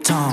Tom.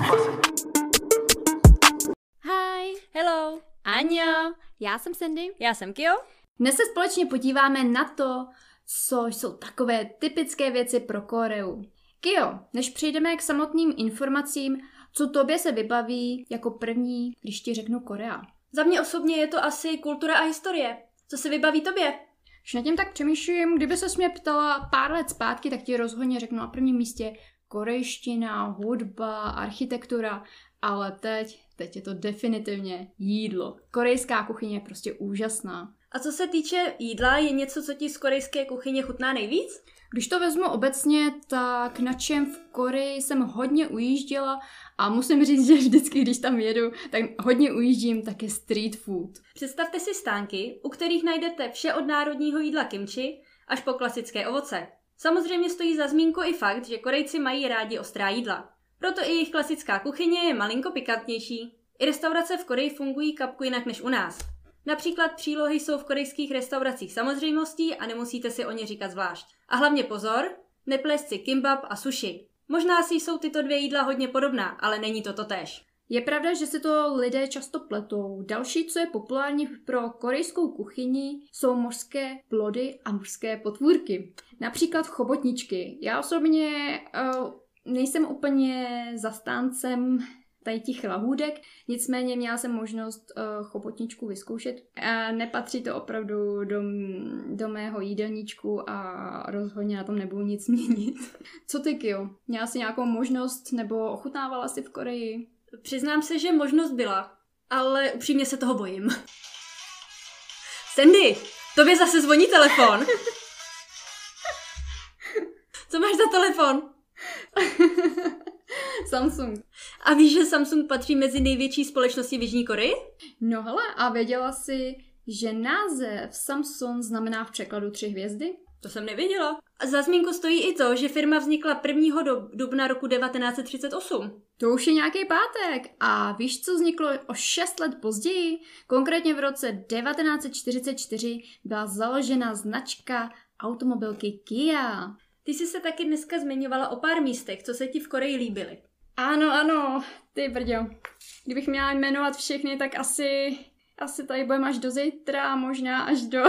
Hi. Hello. Aňo. Já jsem Sandy. Já jsem Kio. Dnes se společně podíváme na to, co jsou takové typické věci pro Koreu. Kio, než přejdeme k samotným informacím, co tobě se vybaví jako první, když ti řeknu Korea? Za mě osobně je to asi kultura a historie. Co se vybaví tobě? Když nad tím tak přemýšlím, kdyby ses mě ptala pár let zpátky, tak ti rozhodně řeknu na prvním místě korejština, hudba, architektura, ale teď je to definitivně jídlo. Korejská kuchyně je prostě úžasná. A co se týče jídla, je něco, co ti z korejské kuchyně chutná nejvíc? Když to vezmu obecně, tak na čem v Koreji jsem hodně ujížděla a musím říct, že vždycky, když tam jedu, tak hodně ujíždím také street food. Představte si stánky, u kterých najdete vše od národního jídla kimchi až po klasické ovoce. Samozřejmě stojí za zmínku i fakt, že Korejci mají rádi ostrá jídla. Proto i jejich klasická kuchyně je malinko pikantnější. I restaurace v Koreji fungují kapku jinak než u nás. Například přílohy jsou v korejských restauracích samozřejmostí a nemusíte si o ně říkat zvlášť. A hlavně pozor, neplést si kimbap a sushi. Možná si jsou tyto dvě jídla hodně podobná, ale není to totéž. Je pravda, že si to lidé často pletou. Další, co je populární pro korejskou kuchyni, jsou mořské plody a mořské potvůrky. Například chobotničky. Já osobně nejsem úplně zastáncem tady těch lahůdek, nicméně měla jsem možnost chobotničku vyzkoušet. Nepatří to opravdu do mého jídelníčku a rozhodně na tom nebudu nic měnit. Co ty, Kio? Měla jsi nějakou možnost nebo ochutnávala jsi v Koreji? Přiznám se, že možnost byla, ale upřímně se toho bojím. Sandy, tobě zase zvoní telefon. Co máš za telefon? Samsung. A víš, že Samsung patří mezi největší společnosti v Jižní Koreji? No hele, a věděla jsi, že název Samsung znamená v překladu 3 hvězdy? To jsem nevěděla. A za zmínku stojí i to, že firma vznikla 1. dubna roku 1938. To už je nějaký pátek. A víš, co vzniklo o 6 let později? Konkrétně v roce 1944 byla založena značka automobilky Kia. Ty jsi se taky dneska zmiňovala o pár místech, co se ti v Koreji líbily. Ano, ty brďo. Kdybych měla jmenovat všechny, tak asi tady budeme až do zítra, možná až do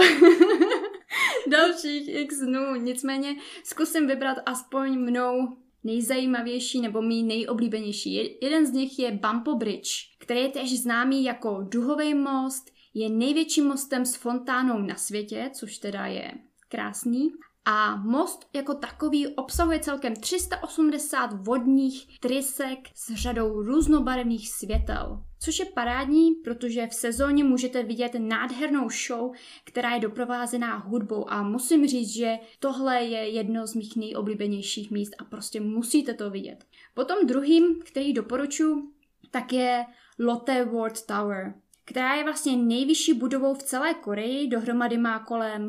dalších x dnů. Nicméně zkusím vybrat aspoň mnou nejzajímavější nebo mý nejoblíbenější. Jeden z nich je Bampo Bridge, který je též známý jako duhový most, je největším mostem s fontánou na světě, což teda je krásný. A most jako takový obsahuje celkem 380 vodních trysek s řadou různobarevných světel. Což je parádní, protože v sezóně můžete vidět nádhernou show, která je doprovázená hudbou a musím říct, že tohle je jedno z mých nejoblíbenějších míst a prostě musíte to vidět. Potom druhým, který doporučuji, tak je Lotte World Tower, která je vlastně nejvyšší budovou v celé Koreji, dohromady má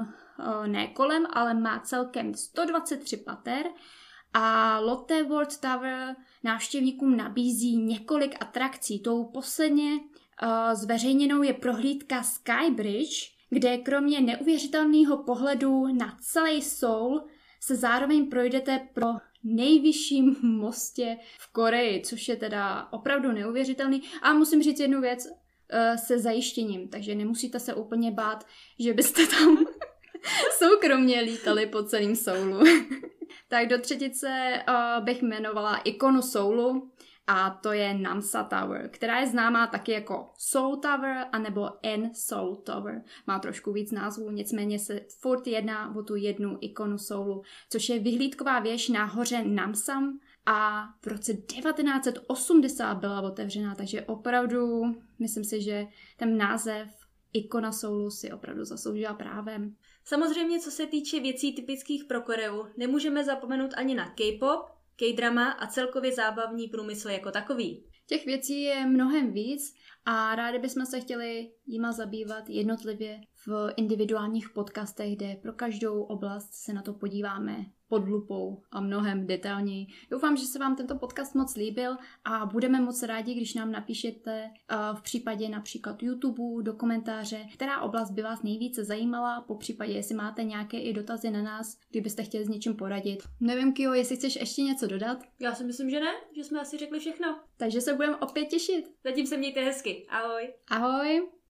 ale má celkem 123 pater a Lotte World Tower návštěvníkům nabízí několik atrakcí. Tou posledně zveřejněnou je prohlídka Sky Bridge, kde kromě neuvěřitelného pohledu na celý Seoul se zároveň projdete pro nejvyšším mostě v Koreji, což je teda opravdu neuvěřitelný. A musím říct jednu věc se zajištěním, takže nemusíte se úplně bát, že byste tam soukromně lítali po celém Soulu. Tak do třetice bych jmenovala ikonu Soulu a to je Namsa Tower, která je známá taky jako Seoul Tower anebo N Seoul Tower. Má trošku víc názvů, nicméně se furt jedná o tu jednu ikonu Soulu, což je vyhlídková věž na hoře Namsam a v roce 1980 byla otevřená, takže opravdu myslím si, že ten název ikona Soulu si opravdu zasloužila právem. Samozřejmě, co se týče věcí typických pro Koreu, nemůžeme zapomenout ani na K-pop, K-drama a celkově zábavní průmysl jako takový. Těch věcí je mnohem víc a rádi bychom se chtěli jima zabývat jednotlivě v individuálních podcastech, kde pro každou oblast se na to podíváme pod lupou a mnohem detailněji. Doufám, že se vám tento podcast moc líbil a budeme moc rádi, když nám napíšete v případě například YouTube do komentáře, která oblast by vás nejvíce zajímala, po případě, jestli máte nějaké i dotazy na nás, kdybyste chtěli s něčím poradit. Nevím, Kio, jestli chceš ještě něco dodat? Já si myslím, že ne, že jsme asi řekli všechno. Takže se budeme opět těšit. Zatím se mějte hezky. Ahoj. Ahoj.